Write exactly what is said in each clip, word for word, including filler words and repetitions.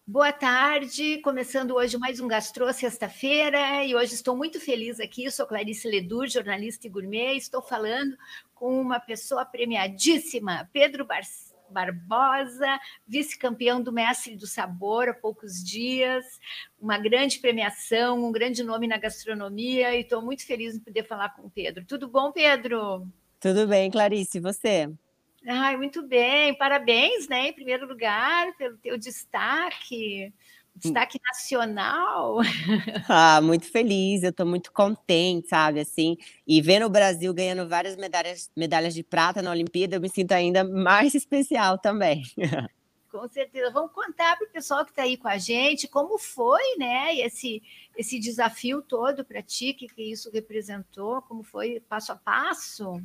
Boa tarde, começando hoje mais um Gastrô, sexta-feira, e hoje estou muito feliz aqui, sou Clarice Ledoux, jornalista e gourmet, estou falando com uma pessoa premiadíssima, Pedro Bar Barbosa, vice-campeão do Mestre do Sabor há poucos dias, uma grande premiação, um grande nome na gastronomia, e estou muito feliz em poder falar com o Pedro. Tudo bom, Pedro? Tudo bem, Clarice, e você? Ai, muito bem, parabéns, né, em primeiro lugar, pelo teu destaque, Hum. destaque nacional. Ah, muito feliz, eu tô muito contente, sabe, assim, e vendo o Brasil ganhando várias medalhas medalhas de prata na Olimpíada, eu me sinto ainda mais especial também. Com certeza. Vamos contar para o pessoal que está aí com a gente como foi, né, esse, esse desafio todo para ti, o que, que isso representou, como foi passo a passo.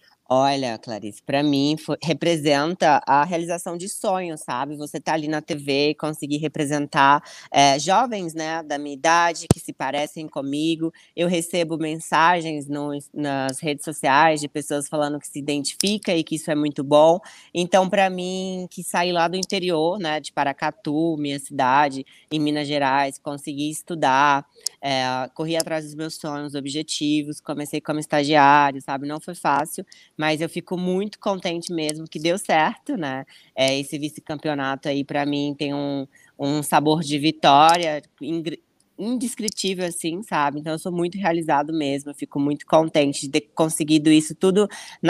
Olha, Clarice, para mim fo representa a realização de sonhos, sabe, você tá ali na T V e conseguir representar, eh, jovens, né, da minha idade que se parecem comigo. Eu recebo mensagens nos nas redes sociais de pessoas falando que se identifica e que isso é muito bom. Então para mim, que saí lá do interior, né, de Paracatu, minha cidade, em Minas Gerais, consegui estudar, eh, corri atrás dos meus sonhos, objetivos, comecei como estagiário, sabe, não foi fácil, mas eu fico muito contente mesmo que deu certo, né, eh, esse vice-campeonato aí para mim tem um um sabor de vitória ingri indescritível, assim, sabe, então eu sou muito realizado mesmo, eu fico muito contente de ter conseguido isso tudo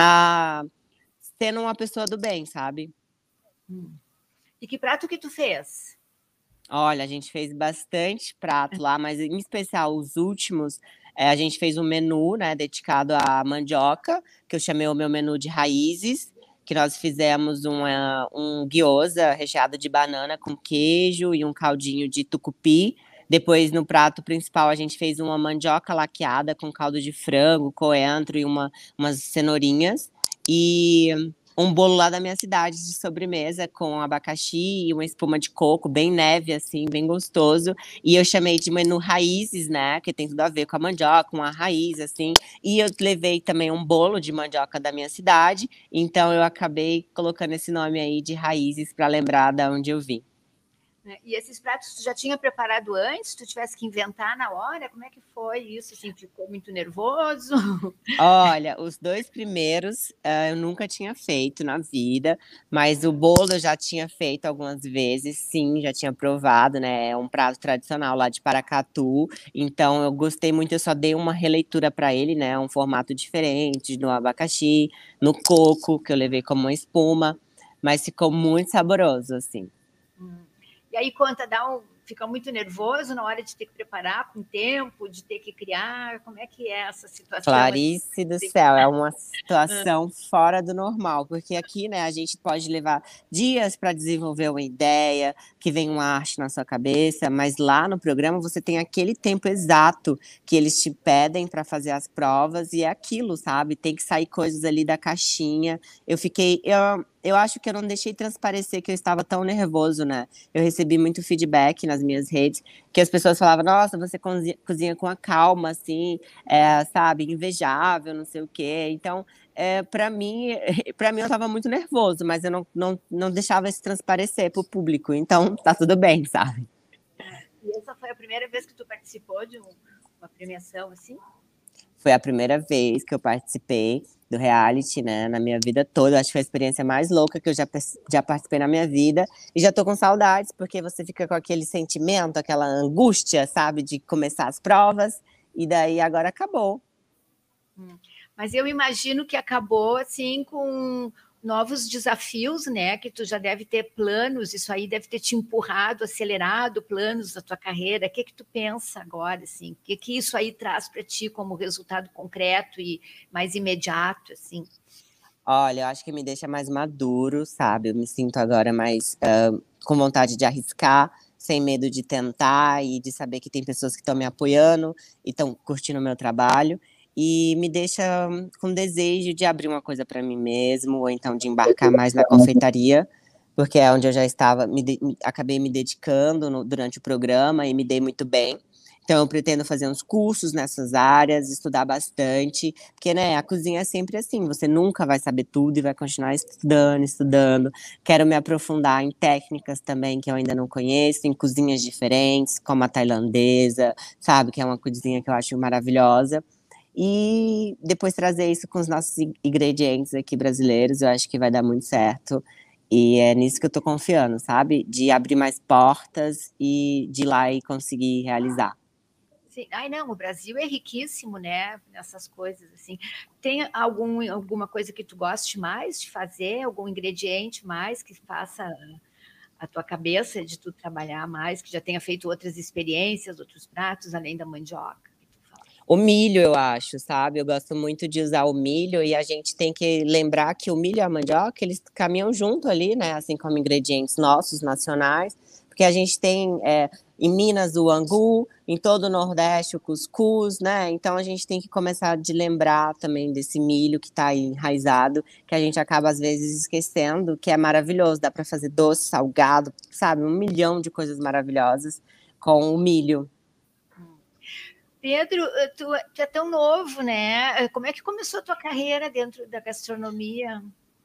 na sendo uma pessoa do bem, sabe. Hum. E que prato que tu fez? Olha, a gente fez bastante prato lá, mas em especial os últimos, eh, a gente fez um menu, né, dedicado à mandioca, que eu chamei o meu menu de raízes, que nós fizemos uma um gyoza recheado de banana com queijo e um caldinho de tucupi. Depois, no prato principal, a gente fez uma mandioca laqueada com caldo de frango, coentro e uma umas cenourinhas. E um bolo lá da minha cidade de sobremesa com abacaxi e uma espuma de coco, bem neve, assim, bem gostoso. E eu chamei de menu raízes, né, que tem tudo a ver com a mandioca, com a raiz, assim. E eu levei também um bolo de mandioca da minha cidade, então eu acabei colocando esse nome aí de raízes para lembrar da onde eu vim. E esses pratos tu já tinha preparado antes? Tu tivesse que inventar na hora? Como é que foi isso? Assim, ficou muito nervoso? Olha, os dois primeiros, hã, eu nunca tinha feito na vida, mas o bolo eu já tinha feito algumas vezes, sim, já tinha provado, né, é um prato tradicional lá de Paracatu, então eu gostei muito, eu só dei uma releitura para ele, né, um formato diferente, no abacaxi, no coco, que eu levei como uma espuma, mas ficou muito saboroso, assim. Hum. E aí conta, dá um fica muito nervoso na hora de ter que preparar com tempo, de ter que criar? Como é que é essa situação, assim? Clarice do céu, é uma Hã. situação fora do normal, porque aqui, né, a gente pode levar dias para desenvolver uma ideia, que vem uma arte na sua cabeça, mas lá no programa você tem aquele tempo exato que eles te pedem para fazer as provas e é aquilo, sabe, tem que sair coisas ali da caixinha. Eu fiquei eu eu acho que eu não deixei transparecer que eu estava tão nervoso, né. Eu recebi muito feedback nas minhas redes, que as pessoas falavam: "Nossa, você cozi cozinha com a calma, assim, eh, sabe, invejável, não sei o quê". Então, eh, pra mim pra mim eu estava muito nervoso, mas eu não não não deixava isso transparecer para o público, então tá tudo bem, sabe. É. E essa foi a primeira vez que tu participou de um uma premiação assim? Foi a primeira vez que eu participei do reality, né, na minha vida toda, acho que foi a experiência mais louca que eu já perce já participei na minha vida, e já tô com saudades, porque você fica com aquele sentimento, aquela angústia, sabe, de começar as provas, e daí agora acabou. Hum. Mas eu imagino que acabou, assim, com novos desafios, né, que tu já deve ter planos, isso aí deve ter te empurrado, acelerado planos da tua carreira. Que que tu pensa agora, assim? Que que isso aí traz para ti como resultado concreto e mais imediato, assim? Olha, eu acho que me deixa mais maduro, sabe, eu me sinto agora mais, hã, com vontade de arriscar, sem medo de tentar e de saber que tem pessoas que estão me apoiando e estão curtindo o meu trabalho, e me deixa com desejo de abrir uma coisa para mim mesmo, ou então de embarcar mais na confeitaria, porque é onde eu já estava me de acabei me dedicando no durante o programa e me dei muito bem. Então eu pretendo fazer uns cursos nessas áreas, estudar bastante, porque, né, a cozinha é sempre assim, você nunca vai saber tudo e vai continuar estudando, estudando. Quero me aprofundar em técnicas também que eu ainda não conheço, em cozinhas diferentes, como a tailandesa, sabe, que é uma cozinha que eu acho maravilhosa. E depois trazer isso com os nossos ingredientes aqui brasileiros, eu acho que vai dar muito certo. E é nisso que eu tô confiando, sabe? De abrir mais portas e de ir lá e conseguir realizar. Sim. Ai, não, o Brasil é riquíssimo, né, nessas coisas, assim. Tem algum, alguma coisa que tu goste mais de fazer? Algum ingrediente mais que faça a tua cabeça de tu trabalhar mais, que já tenha feito outras experiências, outros pratos, além da mandioca? O milho, eu acho, sabe? Eu gosto muito de usar o milho e a gente tem que lembrar que o milho e a mandioca, eles caminham junto ali, né? Assim como ingredientes nossos, nacionais, porque a gente tem é, em Minas o angu, em todo o Nordeste o cuscuz, né? Então a gente tem que começar de lembrar também desse milho que está aí enraizado, que a gente acaba às vezes esquecendo, que é maravilhoso, dá para fazer doce, salgado, sabe? Um milhão de coisas maravilhosas com o milho. Pedro, tu, tu é tão novo, né? Como é que começou a tua carreira dentro da gastronomia?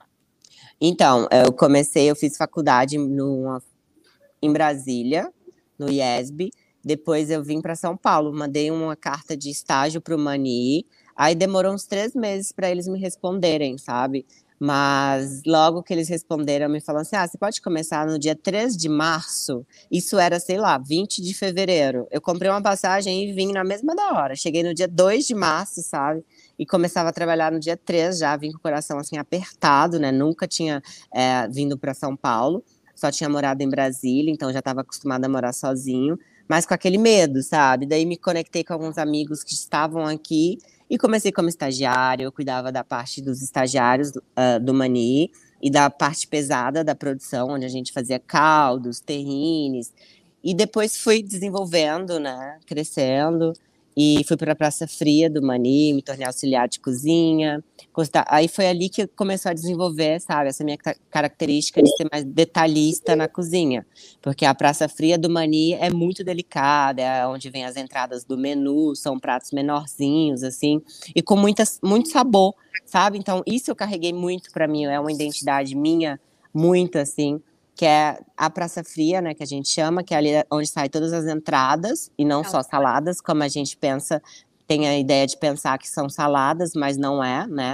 Então, eu comecei, eu fiz faculdade numa, em Brasília, no IESB. Depois eu vim para São Paulo, mandei uma carta de estágio para o Mani. Aí demorou uns três meses para eles me responderem, sabe? Mas logo que eles responderam, me falaram assim: ah, você pode começar no dia três de março? Isso era, sei lá, vinte de fevereiro. Eu comprei uma passagem e vim na mesma da hora. Cheguei no dia dois de março, sabe? E começava a trabalhar no dia três já, vim com o coração assim apertado, né? Nunca tinha é, vindo para São Paulo, só tinha morado em Brasília, então já estava acostumada a morar sozinho, mas com aquele medo, sabe? Daí me conectei com alguns amigos que estavam aqui e comecei como estagiária. Eu cuidava da parte dos estagiários uh, do Mani e da parte pesada da produção, onde a gente fazia caldos, terrines. E depois fui desenvolvendo, né? Crescendo. E fui para a Praça Fria do Mani, me tornei auxiliar de cozinha. Aí foi ali que começou a desenvolver, sabe, essa minha característica de ser mais detalhista na cozinha. Porque a Praça Fria do Mani é muito delicada, é onde vem as entradas do menu, são pratos menorzinhos, assim, e com muitas, muito sabor, sabe? Então, isso eu carreguei muito para mim, é uma identidade minha, muito assim, que é a Praça Fria, né, que a gente chama, que é ali onde saem todas as entradas, e não só saladas, como a gente pensa, tem a ideia de pensar que são saladas, mas não é, né?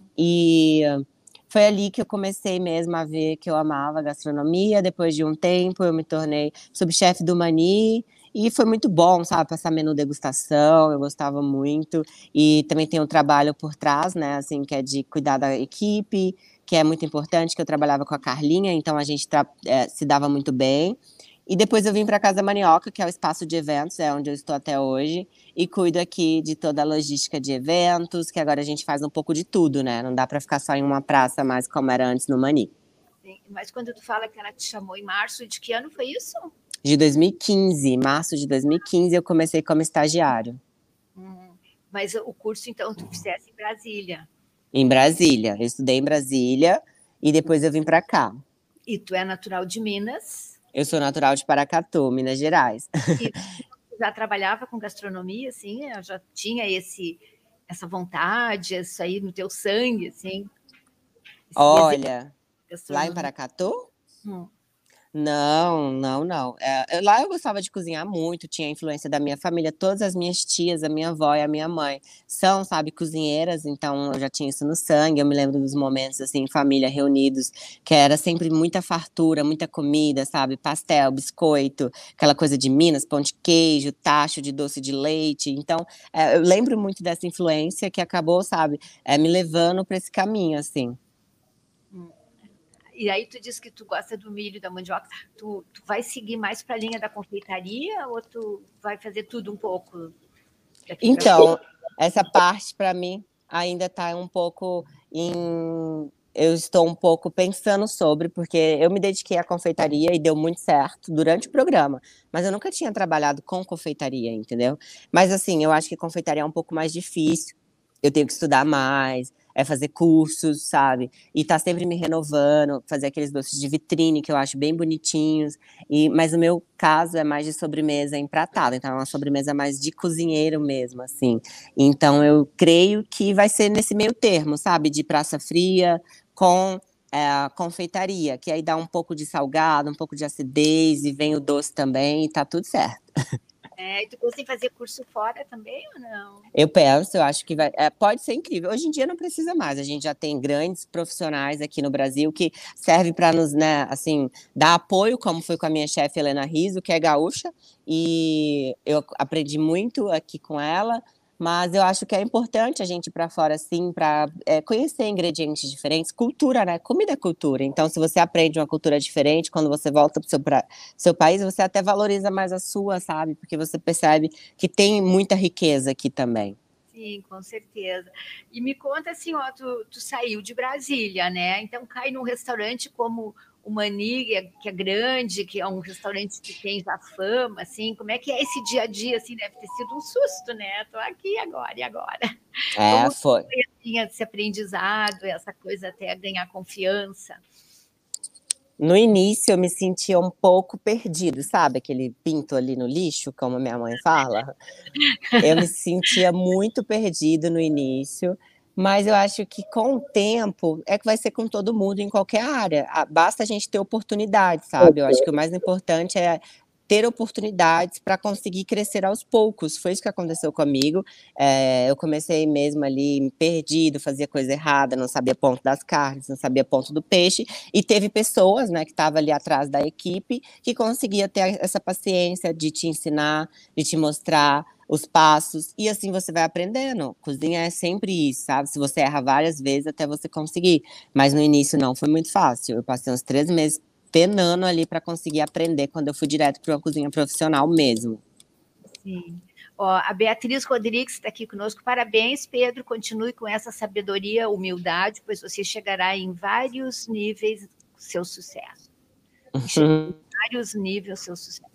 E foi ali que eu comecei mesmo a ver que eu amava gastronomia. Depois de um tempo, eu me tornei subchefe do Mani, e foi muito bom, sabe, passar menu degustação, eu gostava muito. E também tem um trabalho por trás, né, assim, que é de cuidar da equipe, que é muito importante, que eu trabalhava com a Carlinha, então a gente é, se dava muito bem. E depois eu vim para a Casa Manioca, que é o espaço de eventos, é onde eu estou até hoje, e cuido aqui de toda a logística de eventos, que agora a gente faz um pouco de tudo, né? Não dá para ficar só em uma praça mais como era antes no Mani. Sim, mas quando tu fala que ela te chamou em março, de que ano foi isso? De dois mil e quinze, março de dois mil e quinze, eu comecei como estagiário. Hum, mas o curso, então, tu fizesse em Brasília? Em Brasília, eu estudei em Brasília e depois eu vim para cá. E tu é natural de Minas? Eu sou natural de Paracatu, Minas Gerais. E tu já trabalhava com gastronomia, assim? Eu já tinha esse, essa vontade, isso aí no teu sangue, assim? Olha, lá em Paracatu? Hum. Não, não, não. É, lá eu gostava de cozinhar muito, tinha a influência da minha família, todas as minhas tias, a minha avó e a minha mãe são, sabe, cozinheiras, então eu já tinha isso no sangue. Eu me lembro dos momentos, assim, em família, reunidos, que era sempre muita fartura, muita comida, sabe, pastel, biscoito, aquela coisa de Minas, pão de queijo, tacho de doce de leite. Então, é, eu lembro muito dessa influência que acabou, sabe, é, me levando para esse caminho, assim. Hum. E aí tu diz que tu gosta do milho, da mandioca, tu, tu vai seguir mais para a linha da confeitaria ou tu vai fazer tudo um pouco? Então, essa parte para mim ainda está um pouco em... Eu estou um pouco pensando sobre, porque eu me dediquei à confeitaria e deu muito certo durante o programa, mas eu nunca tinha trabalhado com confeitaria, entendeu? Mas assim, eu acho que confeitaria é um pouco mais difícil, eu tenho que estudar mais, é fazer cursos, sabe? E tá sempre me renovando, fazer aqueles doces de vitrine que eu acho bem bonitinhos. E, mas no meu caso é mais de sobremesa empratada, então é uma sobremesa mais de cozinheiro mesmo, assim. Então eu creio que vai ser nesse meio termo, sabe? De praça fria com é, confeitaria, que aí dá um pouco de salgado, um pouco de acidez, e vem o doce também, e tá tudo certo. É, e tu pensa em fazer curso fora também ou não? Eu penso, eu acho que vai, é, pode ser incrível. Hoje em dia não precisa mais, a gente já tem grandes profissionais aqui no Brasil que servem para nos, né, assim, dar apoio, como foi com a minha chefe Helena Rizzo, que é gaúcha, e eu aprendi muito aqui com ela. Mas eu acho que é importante a gente ir para fora, assim, para é, conhecer ingredientes diferentes. Cultura, né? Comida é cultura. Então, se você aprende uma cultura diferente, quando você volta para o seu, pra, seu país, você até valoriza mais a sua, sabe? Porque você percebe que tem muita riqueza aqui também. Sim, com certeza. E me conta assim, ó, tu, tu saiu de Brasília, né? Então cai num restaurante como o Mani, que é, que é grande, que é um restaurante que tem já fama, assim, como é que é esse dia a dia, assim, deve ter sido um susto, né? Tô aqui agora e agora. É, Como foi. foi assim, esse aprendizado, essa coisa até ganhar confiança? No início eu me sentia um pouco perdido, sabe? Aquele pinto ali no lixo, como minha mãe fala. Eu me sentia muito perdido no início, mas eu acho que com o tempo é que vai ser com todo mundo em qualquer área. Ah, basta a gente ter oportunidade, sabe? Eu acho que o mais importante é ter oportunidades para conseguir crescer aos poucos. Foi isso que aconteceu comigo. É, eu comecei mesmo ali perdido, fazia coisa errada, não sabia ponto das carnes, não sabia ponto do peixe, e teve pessoas, né, que estavam ali atrás da equipe que conseguia ter essa paciência de te ensinar, de te mostrar os passos, e assim você vai aprendendo. Cozinha é sempre isso, sabe? Se você erra várias vezes até você conseguir. Mas no início não foi muito fácil. Eu passei uns três meses penando ali para conseguir aprender quando eu fui direto para uma cozinha profissional mesmo. Sim. Ó, a Beatriz Rodrigues está aqui conosco. Parabéns, Pedro. Continue com essa sabedoria, humildade, pois você chegará em vários níveis seu sucesso. Em vários níveis seu sucesso.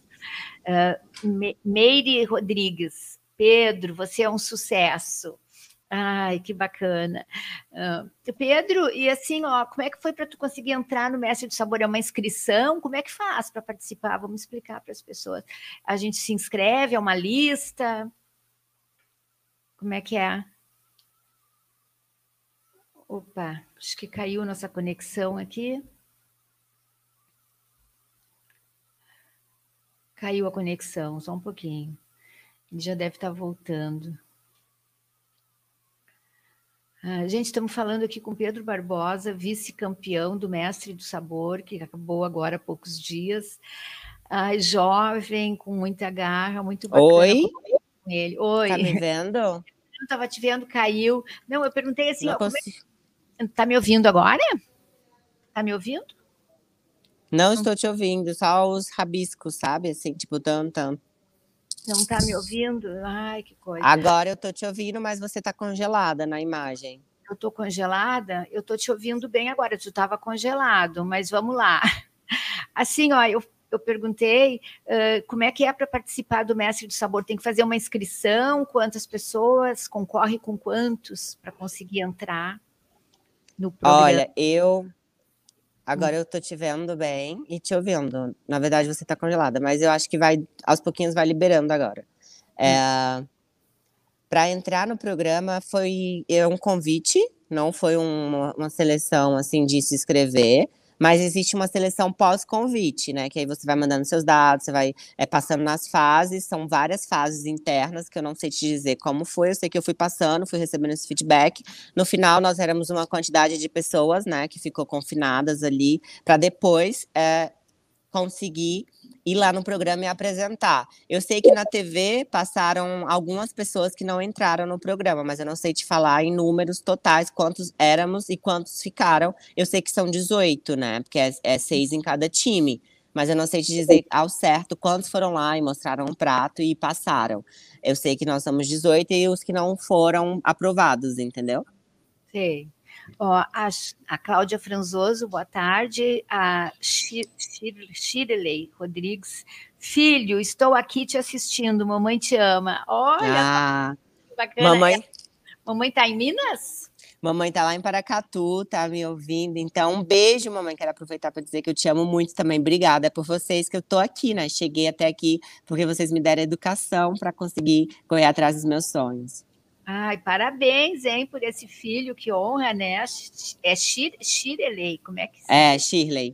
Uh, Meire Rodrigues. Pedro, você é um sucesso. Ai, que bacana. Uh, Pedro, e assim, ó, como é que foi para tu conseguir entrar no Mestre do Sabor? É uma inscrição? Como é que faz para participar? Vamos explicar para as pessoas. A gente se inscreve, é uma lista? Como é que é? Opa, acho que caiu nossa conexão aqui. Caiu a conexão, só um pouquinho. Ele já deve estar voltando. Ah, gente, estamos falando aqui com Pedro Barbosa, vice-campeão do Mestre do Sabor, que acabou agora há poucos dias. Ah, jovem, com muita garra, muito bacana Oi? com ele. Oi. Tá me vendo? Eu estava te vendo, caiu. Não, eu perguntei assim, Não ó, consigo. como é... Tá me ouvindo agora? Tá me ouvindo? Não estou te ouvindo, só os rabiscos, sabe? Assim, tipo, tam, tam. Não tá me ouvindo? Ai, que coisa. Agora eu tô te ouvindo, mas você tá congelada na imagem. Eu tô congelada? Eu tô te ouvindo bem agora, tu estava congelado, mas vamos lá. Assim, ó, eu, eu perguntei uh, como é que é para participar do Mestre do Sabor? Tem que fazer uma inscrição? Quantas pessoas? Concorre com quantos para conseguir entrar no programa? Olha, eu... Agora eu tô te vendo bem e te ouvindo. Na verdade, você tá congelada, mas eu acho que vai, aos pouquinhos vai liberando agora. É, para entrar no programa foi é um convite, não foi uma, uma seleção assim de se inscrever, mas existe uma seleção pós-convite, né? Que aí você vai mandando seus dados, você vai é, passando nas fases, são várias fases internas que eu não sei te dizer como foi, eu sei que eu fui passando, fui recebendo esse feedback. No final, nós éramos uma quantidade de pessoas, né, que ficou confinadas ali, para depois é, conseguir ir lá no programa e apresentar. Eu sei que na T V passaram algumas pessoas que não entraram no programa, mas eu não sei te falar em números totais quantos éramos e quantos ficaram. Eu sei que são dezoito, né? Porque é, é seis em cada time. Mas eu não sei te dizer ao certo quantos foram lá e mostraram um prato e passaram. Eu sei que nós somos dezoito e os que não foram aprovados, entendeu? Sei. Ó, a, a Cláudia Franzoso, boa tarde. A Shirley Rodrigues. Filho, estou aqui te assistindo. Mamãe te ama. Olha, Ah, que bacana. mamãe. Mamãe está em Minas? Mamãe tá lá em Paracatu, tá me ouvindo, então um beijo mamãe, quero aproveitar para dizer que eu te amo muito também, obrigada, é por vocês que eu tô aqui, né, cheguei até aqui, porque vocês me deram educação para conseguir correr atrás dos meus sonhos. Ai, parabéns, hein, por esse filho, que honra, né? É Shir Shirley, como é que se É, diz? Shirley.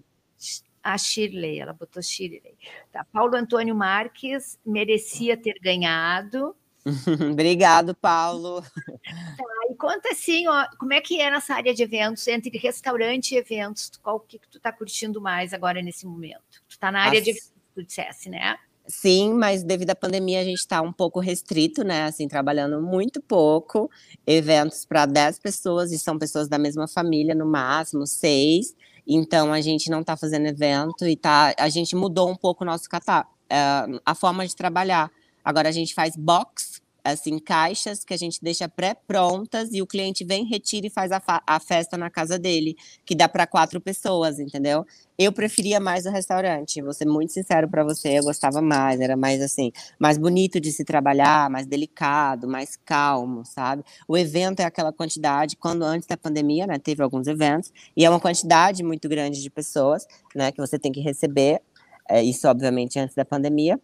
A Shirley, ela botou Shirley. Tá, Paulo Antônio Marques merecia ter ganhado. Obrigado, Paulo. Tá, e conta assim, ó, como é que é nessa área de eventos, entre restaurante e eventos, qual que, que tu tá curtindo mais agora nesse momento? Tu tá na área de As eventos, tu dissesse, né? Sim, mas devido à pandemia a gente está um pouco restrito, né, assim, trabalhando muito pouco, eventos para dez pessoas e são pessoas da mesma família, no máximo seis, então a gente não está fazendo evento e tá a gente mudou um pouco o nosso catá hã, a forma de trabalhar. Agora a gente faz box, assim, caixas que a gente deixa pré-prontas e o cliente vem, retira e faz a fa a festa na casa dele, que dá para quatro pessoas, entendeu? Eu preferia mais o restaurante, vou ser muito sincero para você, eu gostava mais, era mais, assim, mais bonito de se trabalhar, mais delicado, mais calmo, sabe. O evento é aquela quantidade quando antes da pandemia, né, teve alguns eventos, e é uma quantidade muito grande de pessoas, né, que você tem que receber, eh, isso obviamente antes da pandemia,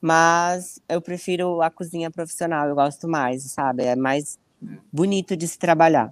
mas eu prefiro a cozinha profissional, eu gosto mais, sabe, é mais bonito de se trabalhar.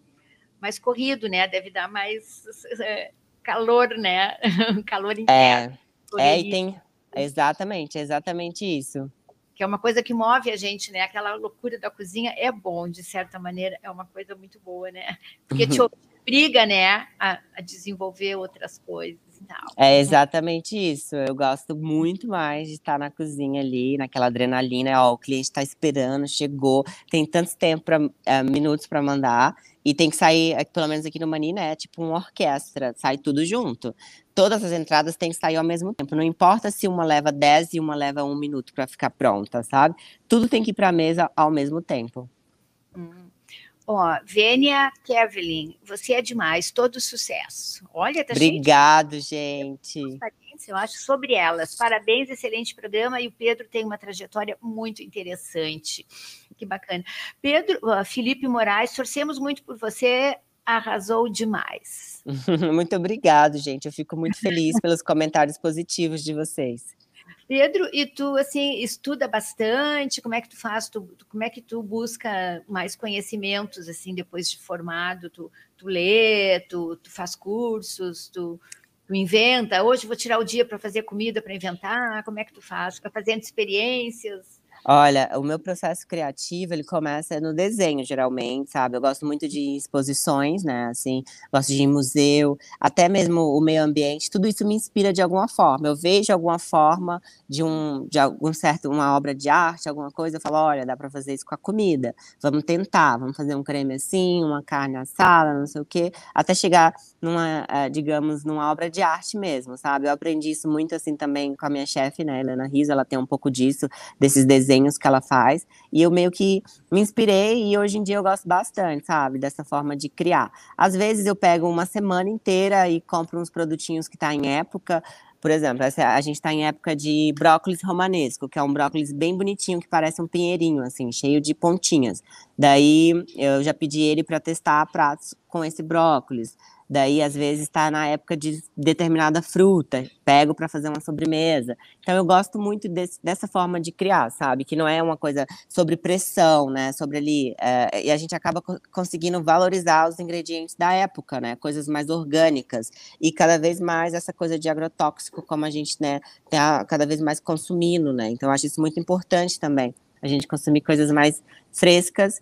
Mais corrido, né, deve dar mais eh, calor, né, calor interno, É, é e correria. tem exatamente, exatamente isso. Que é uma coisa que move a gente, né, aquela loucura da cozinha é bom, de certa maneira, é uma coisa muito boa, né, porque te obriga, né, a a desenvolver outras coisas e tal. É Uhum. exatamente isso, eu gosto muito mais de estar na cozinha ali, naquela adrenalina, ó, o cliente tá esperando, chegou, tem tantos tempo pra hã, minutos para mandar, e tem que sair, eh, pelo menos aqui no Mani, né, é tipo uma orquestra, sai tudo junto. Todas as entradas têm que sair ao mesmo tempo, não importa se uma leva dez e uma leva um minuto para ficar pronta, sabe. Tudo tem que ir pra mesa ao mesmo tempo. Hum. Ó, Vênia Kevlin, você é demais, todo sucesso. Olha, tá cheio de Obrigado, gente. eu acho, sobre elas. Parabéns, excelente programa, e o Pedro tem uma trajetória muito interessante. Que bacana. Pedro uh, Felipe Moraes, torcemos muito por você, arrasou demais. Muito obrigado, gente, eu fico muito feliz pelos comentários positivos de vocês. Pedro, e tu, assim, estuda bastante? Como é que tu faz? Tu como é que tu busca mais conhecimentos, assim, depois de formado? Tu tu lê, tu tu faz cursos, tu tu inventa? Hoje vou tirar o dia para fazer comida, para inventar. Como é que tu faz? Fica fazendo experiências? Olha, o meu processo criativo, ele começa no desenho, geralmente, sabe. Eu gosto muito de exposições, né, assim, gosto de ir em museu, até mesmo o meio ambiente, tudo isso me inspira de alguma forma. Eu vejo alguma forma de um de algum certo uma obra de arte, alguma coisa, eu falo: "Olha, dá para fazer isso com a comida, vamos tentar, vamos fazer um creme assim, uma carne assada, não sei o quê", até chegar numa, eh, digamos, numa obra de arte mesmo, sabe. Eu aprendi isso muito, assim, também com a minha chefe, né, Helena Rizzo, ela tem um pouco disso, desses desenhos que ela faz, e eu meio que me inspirei e hoje em dia eu gosto bastante, sabe, dessa forma de criar. Às vezes eu pego uma semana inteira e compro uns produtinhos que tá em época, por exemplo, essa a gente tá em época de brócolis romanesco, que é um brócolis bem bonitinho, que parece um pinheirinho, assim, cheio de pontinhas. Daí, eu já pedi ele para testar pratos com esse brócolis. Daí, às vezes, tá na época de determinada fruta, pego para fazer uma sobremesa. Então eu gosto muito desse dessa forma de criar, sabe, que não é uma coisa sobre pressão, né, sobre ali, eh, e a gente acaba co conseguindo valorizar os ingredientes da época, né, coisas mais orgânicas. E cada vez mais essa coisa de agrotóxico, como a gente, né, tá cada vez mais consumindo, né, então eu acho isso muito importante também, a gente consumir coisas mais frescas.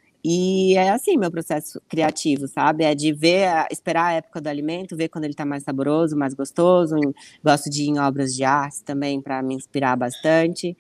E é assim meu processo criativo, sabe, é de ver a esperar a época do alimento, ver quando ele tá mais saboroso, mais gostoso, gosto de ir em obras de arte também para me inspirar bastante.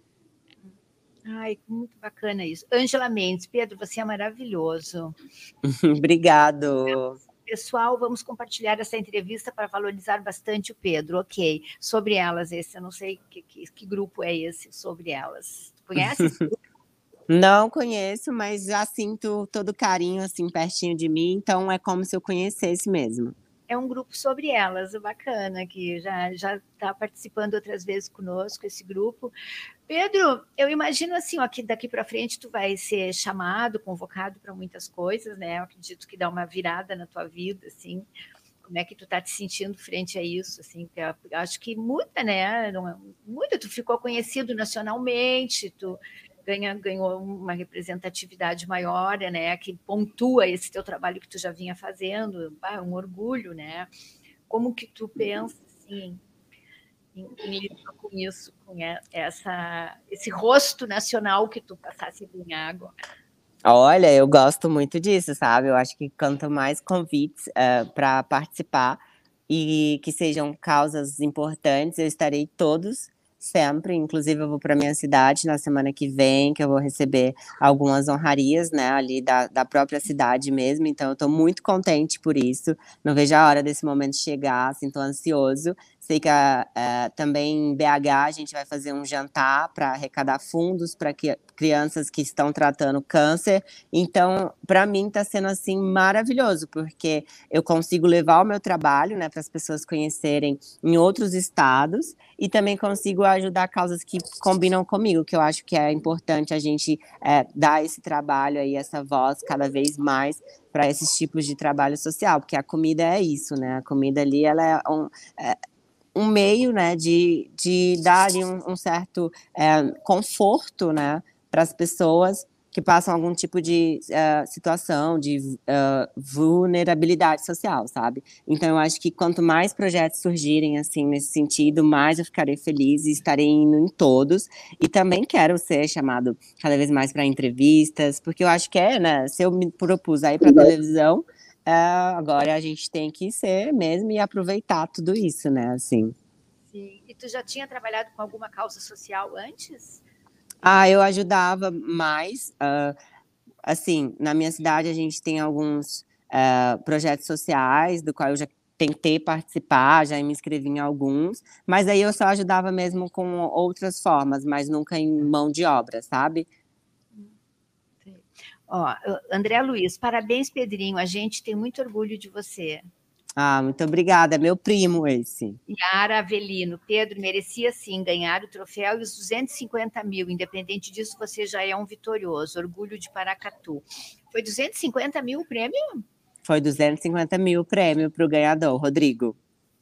Ai, muito bacana isso. Ângela Mendes, Pedro, você é maravilhoso. Obrigado. Pessoal, vamos compartilhar essa entrevista para valorizar bastante o Pedro, ok. Sobre elas, esse eu não sei que que que grupo é esse, sobre elas. Tu conhece esse grupo? Não conheço, mas já sinto todo o carinho, assim, pertinho de mim, então é como se eu conhecesse mesmo. é um grupo sobre elas, bacana, que já já está participando outras vezes conosco, esse grupo. Pedro, eu imagino assim, ó, que daqui para frente tu vai ser chamado, convocado para muitas coisas, né? Eu acredito que dá uma virada na tua vida, assim. Como é que tu tá te sentindo frente a isso, assim? Porque eu acho que muda, né? Não é- Muda, tu ficou conhecido nacionalmente, tu ganha, ganhou uma representatividade maior, né? Que pontua esse teu trabalho que tu já vinha fazendo, ah, é um orgulho, né? Como que tu pensa, assim, em, em lidar com isso, com essa, esse rosto nacional que tu passasse a ganhar agora? Olha, eu gosto muito disso, sabe? Eu acho que quanto mais convites para participar e que sejam causas importantes, eu estarei todos sempre. Inclusive, eu vou para minha cidade na semana que vem, que eu vou receber algumas honrarias, né, ali da, da própria cidade mesmo. Então, eu estou muito contente por isso. Não vejo a hora desse momento chegar, assim, tô ansioso. Sei que a, a, também em B H a gente vai fazer um jantar para arrecadar fundos para que crianças que estão tratando câncer. Então, para mim está sendo assim maravilhoso, porque eu consigo levar o meu trabalho, né, para as pessoas conhecerem em outros estados e também consigo ajudar causas que combinam comigo, que eu acho que é importante a gente é, dar esse trabalho aí, essa voz cada vez mais para esses tipos de trabalho social, porque a comida é isso, né? A comida ali, ela é um, é, um meio, né, de, de dar ali um, um certo é, conforto, né, para as pessoas que passam algum tipo de uh, situação de uh, vulnerabilidade social, sabe? Então, eu acho que quanto mais projetos surgirem, assim, nesse sentido, mais eu ficarei feliz e estarei indo em todos. E também quero ser chamado cada vez mais para entrevistas, porque eu acho que é, né, se eu me propus a ir para televisão, uh, agora a gente tem que ser mesmo e aproveitar tudo isso, né, assim. Sim. E tu já tinha trabalhado com alguma causa social antes? Ah, eu ajudava mais, uh, assim, na minha cidade a gente tem alguns uh, projetos sociais, do qual eu já tentei participar, já me inscrevi em alguns, mas aí eu só ajudava mesmo com outras formas, mas nunca em mão de obra, sabe? Ó, André Luiz, parabéns, Pedrinho, a gente tem muito orgulho de você. Ah, muito obrigada, é meu primo esse. Yara Avelino, Pedro, merecia sim ganhar o troféu e os duzentos e cinquenta mil, independente disso, você já é um vitorioso, orgulho de Paracatu. Foi duzentos e cinquenta mil o prêmio? Foi duzentos e cinquenta mil o prêmio para o ganhador, Rodrigo.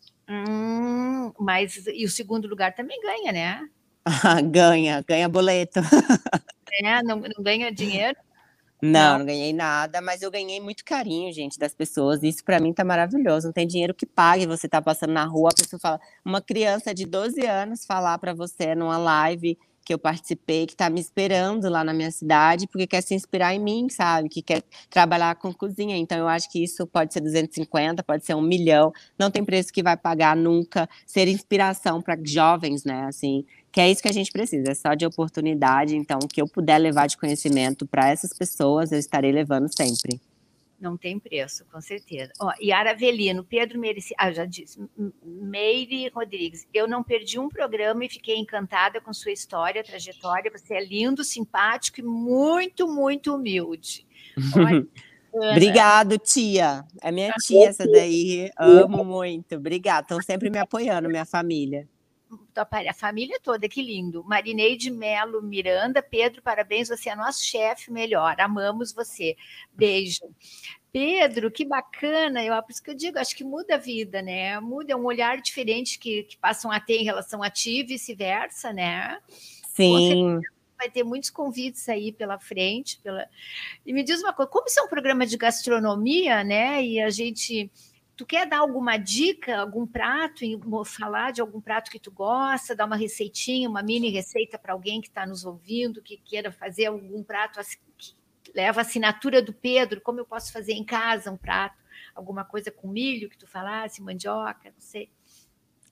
Hum, mas e o segundo lugar também ganha, né? Ah, ganha, ganha boleto. É, não, não ganha dinheiro? Não, Não. não ganhei nada, mas eu ganhei muito carinho, gente, das pessoas. Isso pra mim tá maravilhoso. Não tem dinheiro que pague. Você tá passando na rua, a pessoa fala, uma criança de doze anos falar pra você numa live que eu participei, que tá me esperando lá na minha cidade, porque quer se inspirar em mim, sabe? Que quer trabalhar com cozinha. Então eu acho que isso pode ser duzentos e cinquenta, pode ser um milhão. Não tem preço que vai pagar nunca. Ser inspiração para jovens, né? Assim, que é isso que a gente precisa, é só de oportunidade. Então, o que eu puder levar de conhecimento para essas pessoas, eu estarei levando sempre. Não tem preço, com certeza. Ó, Yara Avelino, Pedro merecia. Ah, já disse. Meire Rodrigues, eu não perdi um programa e fiquei encantada com sua história, trajetória. Você é lindo, simpático e muito, muito humilde. Olha, Obrigado, tia. É minha tia essa daí. Amo muito. Obrigada. Estão sempre me apoiando, minha família. A família toda, que lindo. Marineide Melo Miranda, Pedro, parabéns, você é nosso chefe melhor. Amamos você. Beijo. Pedro, que bacana, eu, por isso que eu digo, acho que muda a vida, né? Muda, é um olhar diferente que, que passam a ter em relação a ti e vice-versa, né? Com Sim. certeza vai ter muitos convites aí pela frente. Pela... E me diz uma coisa, como isso é um programa de gastronomia, né? E a gente. Tu quer dar alguma dica, algum prato, falar de algum prato que tu gosta, dar uma receitinha, uma mini receita para alguém que está nos ouvindo, que queira fazer algum prato que leva a assinatura do Pedro, como eu posso fazer em casa um prato, alguma coisa com milho que tu falasse, mandioca, não sei.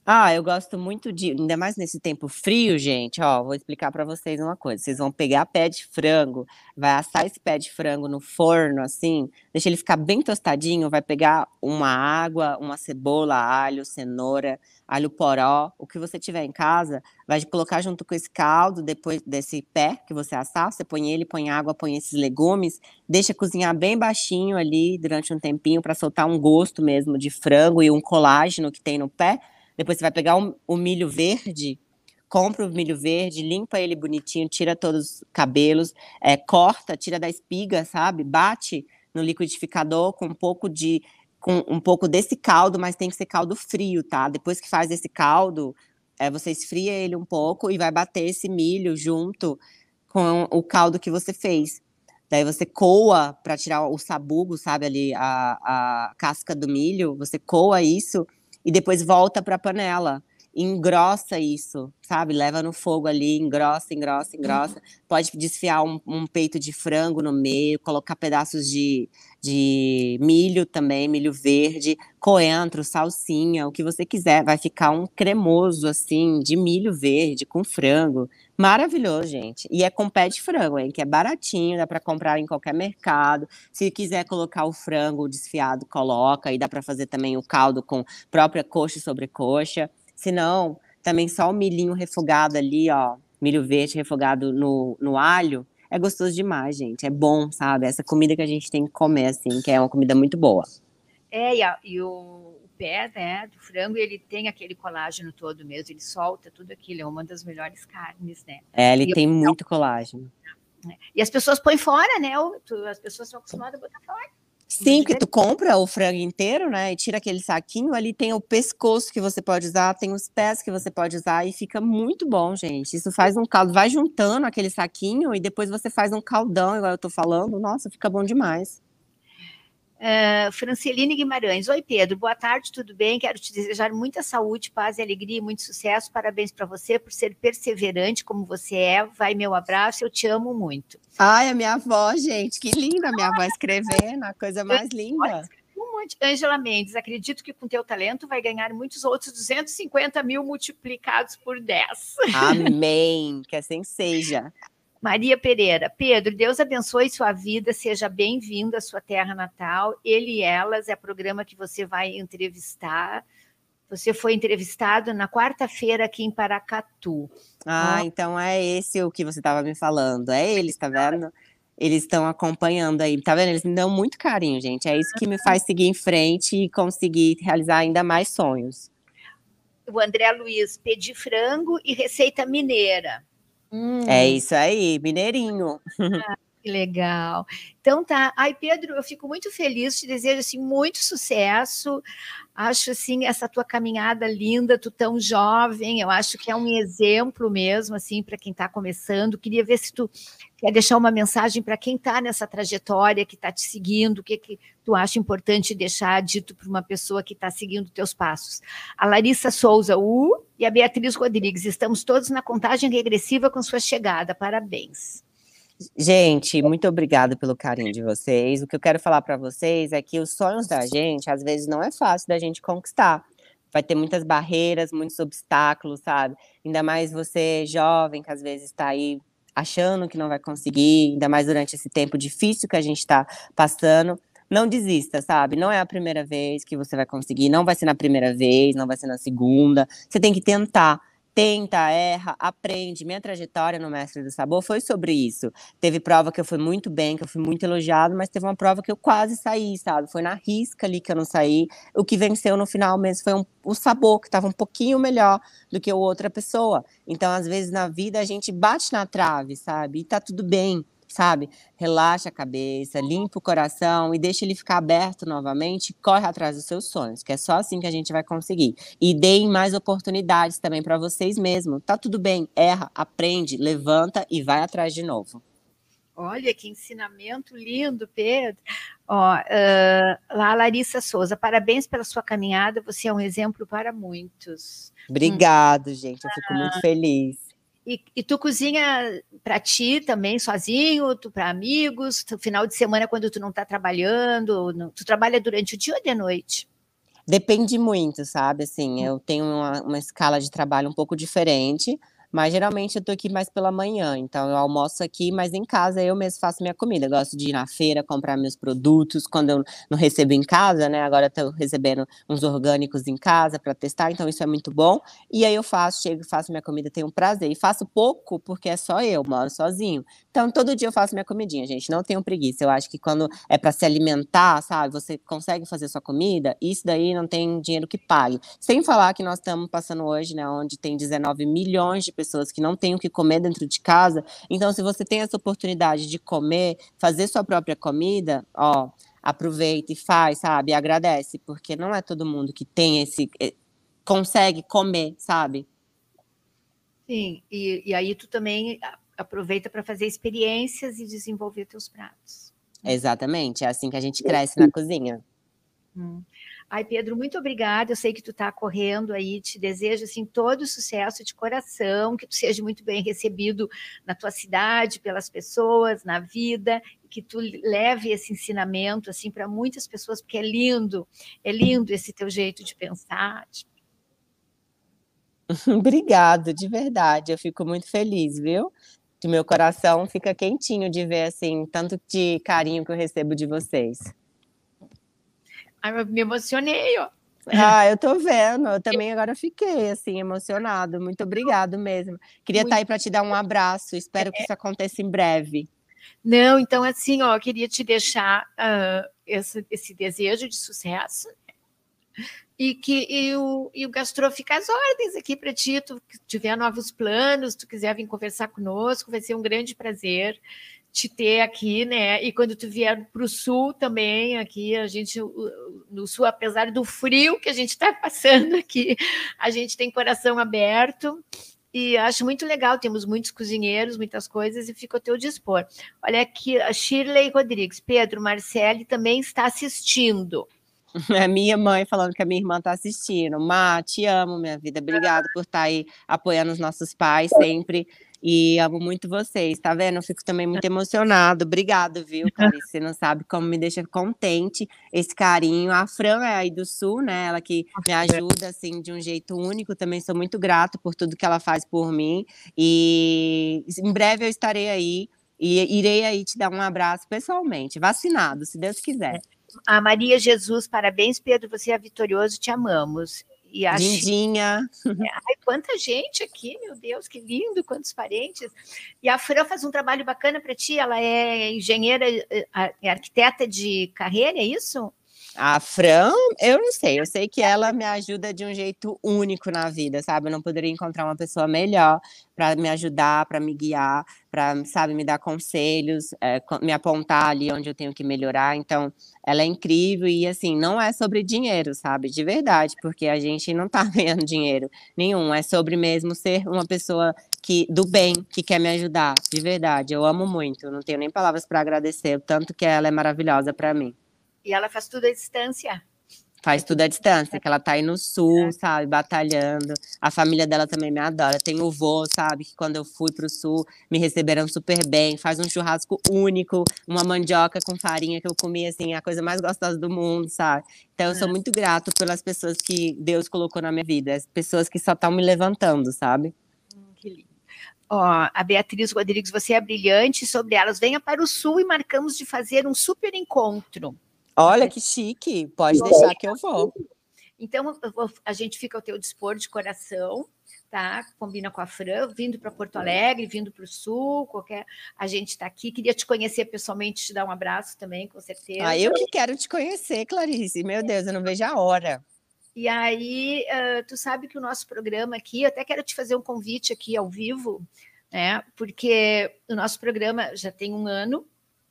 Ah, eu gosto muito de ainda mais nesse tempo frio, gente, ó, vou explicar pra vocês uma coisa, vocês vão pegar pé de frango, vai assar esse pé de frango no forno, assim, deixa ele ficar bem tostadinho, vai pegar uma água, uma cebola, alho, cenoura, alho poró, o que você tiver em casa, vai colocar junto com esse caldo, depois desse pé que você assar, você põe ele, põe água, põe esses legumes, deixa cozinhar bem baixinho ali durante um tempinho pra soltar um gosto mesmo de frango e um colágeno que tem no pé. Depois você vai pegar o o milho verde, compra o milho verde, limpa ele bonitinho, tira todos os cabelos, eh, corta, tira da espiga, sabe, bate no liquidificador com um pouco de com um pouco desse caldo, mas tem que ser caldo frio, tá. Depois que faz esse caldo, eh, você esfria ele um pouco e vai bater esse milho junto com o caldo que você fez. Daí você coa pra tirar o sabugo, sabe, ali, a a casca do milho, você coa isso e depois volta pra panela, e engrossa isso, sabe, leva no fogo ali, engrossa, engrossa, engrossa. Pode desfiar um um peito de frango no meio, colocar pedaços de de milho também, milho verde, coentro, salsinha, o que você quiser, vai ficar um cremoso, assim, de milho verde com frango. Maravilhoso, gente. E é com pé de frango, hein, que é baratinho, dá pra comprar em qualquer mercado. Se quiser colocar o frango desfiado, coloca, e dá pra fazer também o caldo com própria coxa e sobrecoxa. Se não, também só o milhinho refogado ali, ó, milho verde refogado no no alho, é gostoso demais, gente, é bom, sabe, essa comida que a gente tem que comer, assim, que é uma comida muito boa. É, e a e o o pé, né, do frango, ele tem aquele colágeno todo mesmo, ele solta tudo aquilo, é uma das melhores carnes, né. É, ele E eu tem muito colágeno. né. E as pessoas põem fora, né, o tu as pessoas são acostumadas a botar fora. Sim, porque tu compra o frango inteiro, né, e tira aquele saquinho, ali tem o pescoço que você pode usar, tem os pés que você pode usar e fica muito bom, gente. Isso faz um caldo vai juntando aquele saquinho e depois você faz um caldão, igual eu tô falando, nossa, fica bom demais. Hã, Franceline Guimarães: "Oi Pedro, boa tarde, tudo bem? Quero te desejar muita saúde, paz e alegria e muito sucesso. Parabéns pra você por ser perseverante como você é. Vai meu abraço, eu te amo muito". Ai, a minha avó, gente, que linda a minha avó escrevendo, a coisa mais linda. Um monte. Ângela Mendes: "Acredito que com teu talento vai ganhar muitos outros duzentos e cinquenta mil multiplicados por dez". Amém, que assim seja. Maria Pereira: "Pedro, Deus abençoe sua vida, seja bem-vindo à sua terra natal. Ele e Elas é programa que você vai entrevistar. Você foi entrevistado na quarta-feira aqui em Paracatu". Ah, Ó. então é esse o que você estava me falando, é eles, tá vendo? Eles estão acompanhando aí, tá vendo? Eles me dão muito carinho, gente, é isso que me faz seguir em frente e conseguir realizar ainda mais sonhos. O André Luiz: "Pedi frango e receita mineira". É Hum. isso aí, mineirinho. Ah, que legal. Então tá. Ai, Pedro, eu fico muito feliz, te desejo, assim, muito sucesso. Acho, assim, essa tua caminhada linda, tu tão jovem, eu acho que é um exemplo mesmo, assim, pra quem tá começando. Queria ver se tu quer deixar uma mensagem pra quem tá nessa trajetória, que tá te seguindo, o que que tu acha importante deixar dito pra uma pessoa que tá seguindo teus passos. A Larissa Souza: "Uh", e a Beatriz Rodrigues: "Estamos todos na contagem regressiva com sua chegada, parabéns". Gente, muito obrigada pelo carinho de vocês. O que eu quero falar pra vocês é que os sonhos da gente, às vezes, não é fácil da gente conquistar. Vai ter muitas barreiras, muitos obstáculos, sabe. Ainda mais você jovem, que às vezes tá aí achando que não vai conseguir, ainda mais durante esse tempo difícil que a gente tá passando. Não desista, sabe, não é a primeira vez que você vai conseguir, não vai ser na primeira vez, não vai ser na segunda, você tem que tentar. Tenta, erra, aprende. Minha trajetória no Mestre do Sabor foi sobre isso. Teve prova que eu fui muito bem, que eu fui muito elogiada, mas teve uma prova que eu quase saí, sabe, foi na risca ali que eu não saí. O que venceu no final mesmo foi um o sabor, que estava um pouquinho melhor do que o outra pessoa. Então, às vezes, na vida a gente bate na trave, sabe, e tá tudo bem, sabe. Relaxa a cabeça, limpa o coração e deixa ele ficar aberto novamente, corre atrás dos seus sonhos, que é só assim que a gente vai conseguir. E deem mais oportunidades também pra vocês mesmo. Tá tudo bem, erra, aprende, levanta e vai atrás de novo. Olha, que ensinamento lindo, Pedro. Ó, hã, a Larissa Souza: "Parabéns pela sua caminhada, você é um exemplo para muitos". Hum. Obrigado, gente, eu fico muito Ah. feliz. E e tu cozinha pra ti também sozinho, tu pra amigos, tu final de semana quando tu não tá trabalhando, no tu trabalha durante o dia ou de noite? Depende muito, sabe, assim, eu tenho uma uma escala de trabalho um pouco diferente, mas geralmente eu tô aqui mais pela manhã, então eu almoço aqui, mas em casa eu mesmo faço minha comida. Eu gosto de ir na feira, comprar meus produtos, quando eu não recebo em casa, né, agora eu tô recebendo uns orgânicos em casa pra testar, então isso é muito bom. E aí eu faço, chego e faço minha comida, tenho prazer. E faço pouco, porque é só eu, moro sozinho. Então todo dia eu faço minha comidinha, gente, não tenham preguiça. Eu acho que quando é pra se alimentar, sabe, você consegue fazer sua comida, isso daí não tem dinheiro que pague. Sem falar que nós estamos passando hoje, né, onde tem dezenove milhões de pessoas que não têm o que comer dentro de casa, então se você tem essa oportunidade de comer, fazer sua própria comida, ó, aproveita e faz, sabe, e agradece, porque não é todo mundo que tem esse eh, consegue comer, sabe. Sim, e e aí tu também a aproveita pra fazer experiências e desenvolver teus pratos, né. Exatamente, é assim que a gente cresce na cozinha. Hum. Ai, Pedro, muito obrigada, eu sei que tu tá correndo aí, te desejo, assim, todo o sucesso de coração, que tu seja muito bem recebido na tua cidade, pelas pessoas, na vida, que tu leve esse ensinamento, assim, pra muitas pessoas, porque é lindo, é lindo esse teu jeito de pensar, de Obrigado, de verdade, eu fico muito feliz, viu. Que meu coração fica quentinho de ver, assim, tanto de carinho que eu recebo de vocês. Ai, eu me emocionei, ó. Ah, eu tô vendo, eu também agora fiquei, assim, emocionado, muito obrigado mesmo. Queria estar Muito aí pra te dar um abraço, espero que é. isso aconteça em breve. Não, então, assim, ó, queria te deixar, hã, esse esse desejo de sucesso, e que e o e o Gastrô fica às ordens aqui pra ti, tu tiver novos planos, tu quiser vim conversar conosco, vai ser um grande prazer te ter aqui, né, e quando tu vier para o sul também, aqui a gente o o no sul, apesar do frio que a gente tá passando aqui, a gente tem coração aberto, e acho muito legal, temos muitos cozinheiros, muitas coisas, e fico ao teu dispor. Olha aqui, a Shirley Rodrigues: "Pedro, Marcele também está assistindo". É minha mãe falando que a minha irmã tá assistindo. "Má, te amo minha vida, obrigado por estar aí apoiando os nossos pais sempre, e amo muito vocês", tá vendo, eu fico também muito emocionado. Obrigado, viu, Clarice, você não sabe como me deixa contente esse carinho. A Fran é aí do sul, né, ela que me ajuda, assim, de um jeito único, também sou muito grato por tudo que ela faz por mim, e em breve eu estarei aí, e irei aí te dar um abraço pessoalmente, vacinado, se Deus quiser. A Maria Jesus: "Parabéns Pedro, você é vitorioso, te amamos". E a Shi Lindinha. ai, quanta gente aqui, meu Deus, que lindo, quantos parentes. E a Fran faz um trabalho bacana pra ti, ela é engenheira, eh, a é arquiteta de carreira, é isso? A Fran, eu não sei, eu sei que ela me ajuda de um jeito único na vida, sabe, eu não poderia encontrar uma pessoa melhor pra me ajudar, pra me guiar, pra, sabe, me dar conselhos, eh, co me apontar ali onde eu tenho que melhorar, então, ela é incrível e, assim, não é sobre dinheiro, sabe, de verdade, porque a gente não tá ganhando dinheiro nenhum, é sobre mesmo ser uma pessoa que do bem, que quer me ajudar, de verdade, eu amo muito, não tenho nem palavras pra agradecer o tanto que ela é maravilhosa pra mim. E ela faz tudo à distância? É Faz tudo tudo à distância, que ela tá aí no sul, sabe, batalhando. A família dela também me adora. Tem o vô, sabe, que quando eu fui para o sul, me receberam super bem, faz um churrasco único, uma mandioca com farinha que eu comi, assim, a coisa mais gostosa do mundo, sabe. Então eu sou Hã. muito grato pelas pessoas que Deus colocou na minha vida, as pessoas que só estão me levantando, sabe. Hum, que lindo. Ó, a Beatriz Rodrigues: "Você é brilhante", sobre elas: "Venha para o sul e marcamos de fazer um super encontro". Olha, que chique, pode deixar que eu vou. Então eu vou a gente fica ao teu dispor de coração, tá, combina com a Fran, vindo pra Porto Alegre, vindo para o sul, qualquer a gente tá aqui, queria te conhecer pessoalmente, te dar um abraço também, com Ah, certeza. eu que quero te conhecer, Clarice, meu Deus, eu não vejo a hora. E aí, hã, tu sabe que o nosso programa aqui eu até quero te fazer um convite aqui ao vivo, né, porque o nosso programa já tem um ano,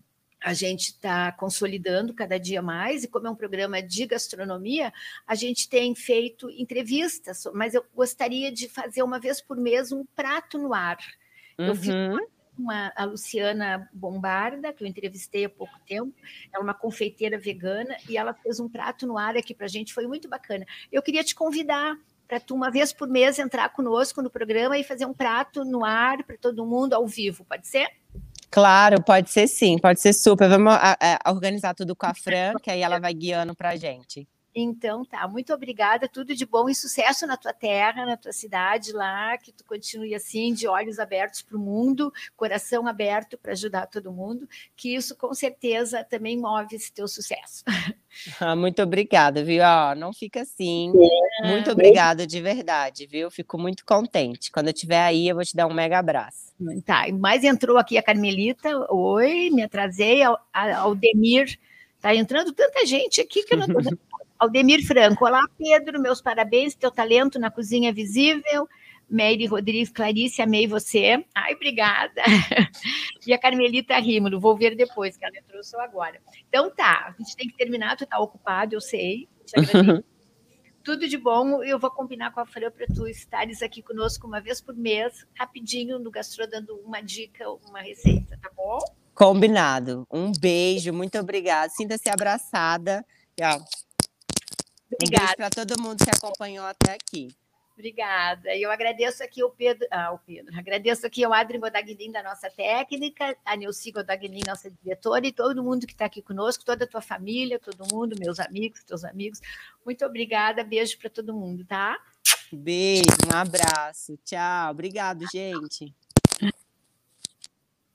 a gente tá consolidando cada dia mais e como é um programa de gastronomia, a gente tem feito entrevistas, so mas eu gostaria de fazer uma vez por mês um prato no ar. Eu fiz Uhum. uma a Luciana Bombarda, que eu entrevistei há pouco tempo, ela é uma confeiteira vegana e ela fez um prato no ar aqui pra gente, foi muito bacana. Eu queria te convidar pra tu uma vez por mês entrar conosco no programa e fazer um prato no ar pra todo mundo ao vivo, pode ser? Claro, pode ser sim, pode ser super, vamos a eh, organizar tudo com a Fran, que aí ela vai guiando pra gente. Então tá, muito obrigada, tudo de bom e sucesso na tua terra, na tua cidade lá, que tu continue assim, de olhos abertos para o mundo, coração aberto para ajudar todo mundo, que isso com certeza também move esse teu sucesso. Ah, muito obrigada, viu? Ó, não fica assim. Muito obrigada de verdade, viu? Fico muito contente. Quando eu estiver aí, eu vou te dar um mega abraço. Tá, mas entrou aqui a Carmelita, oi, me atrasei, a Aldemir, tá entrando tanta gente aqui que eu não tô vendo. Aldemir Franco, olá Pedro, meus parabéns, teu talento na cozinha visível. Meire Rodrigues, Clarice, amei você. Ai, obrigada. E a Carmelita Rímulo, vou ver depois, que ela entrou só agora. Então tá, a gente tem que terminar, tu tá ocupado, eu sei, te agradeço. Tudo de bom, eu vou combinar com a Fran para tu estares aqui conosco uma vez por mês, rapidinho no Gastro, dando uma dica, uma receita, tá bom? Combinado. Um beijo, muito obrigada. Sinta-se abraçada. Ó, um beijo para todo mundo que acompanhou até aqui. Obrigada. E eu agradeço aqui o Pedro, ah, o Pedro, agradeço aqui ao Adri Godaguilin da nossa técnica, a Nilce Godaguilin, nossa diretora, e todo mundo que está aqui conosco, toda a tua família, todo mundo, meus amigos, teus amigos. Muito obrigada, beijo para todo mundo, tá? Beijo, um abraço, tchau. Obrigado, gente.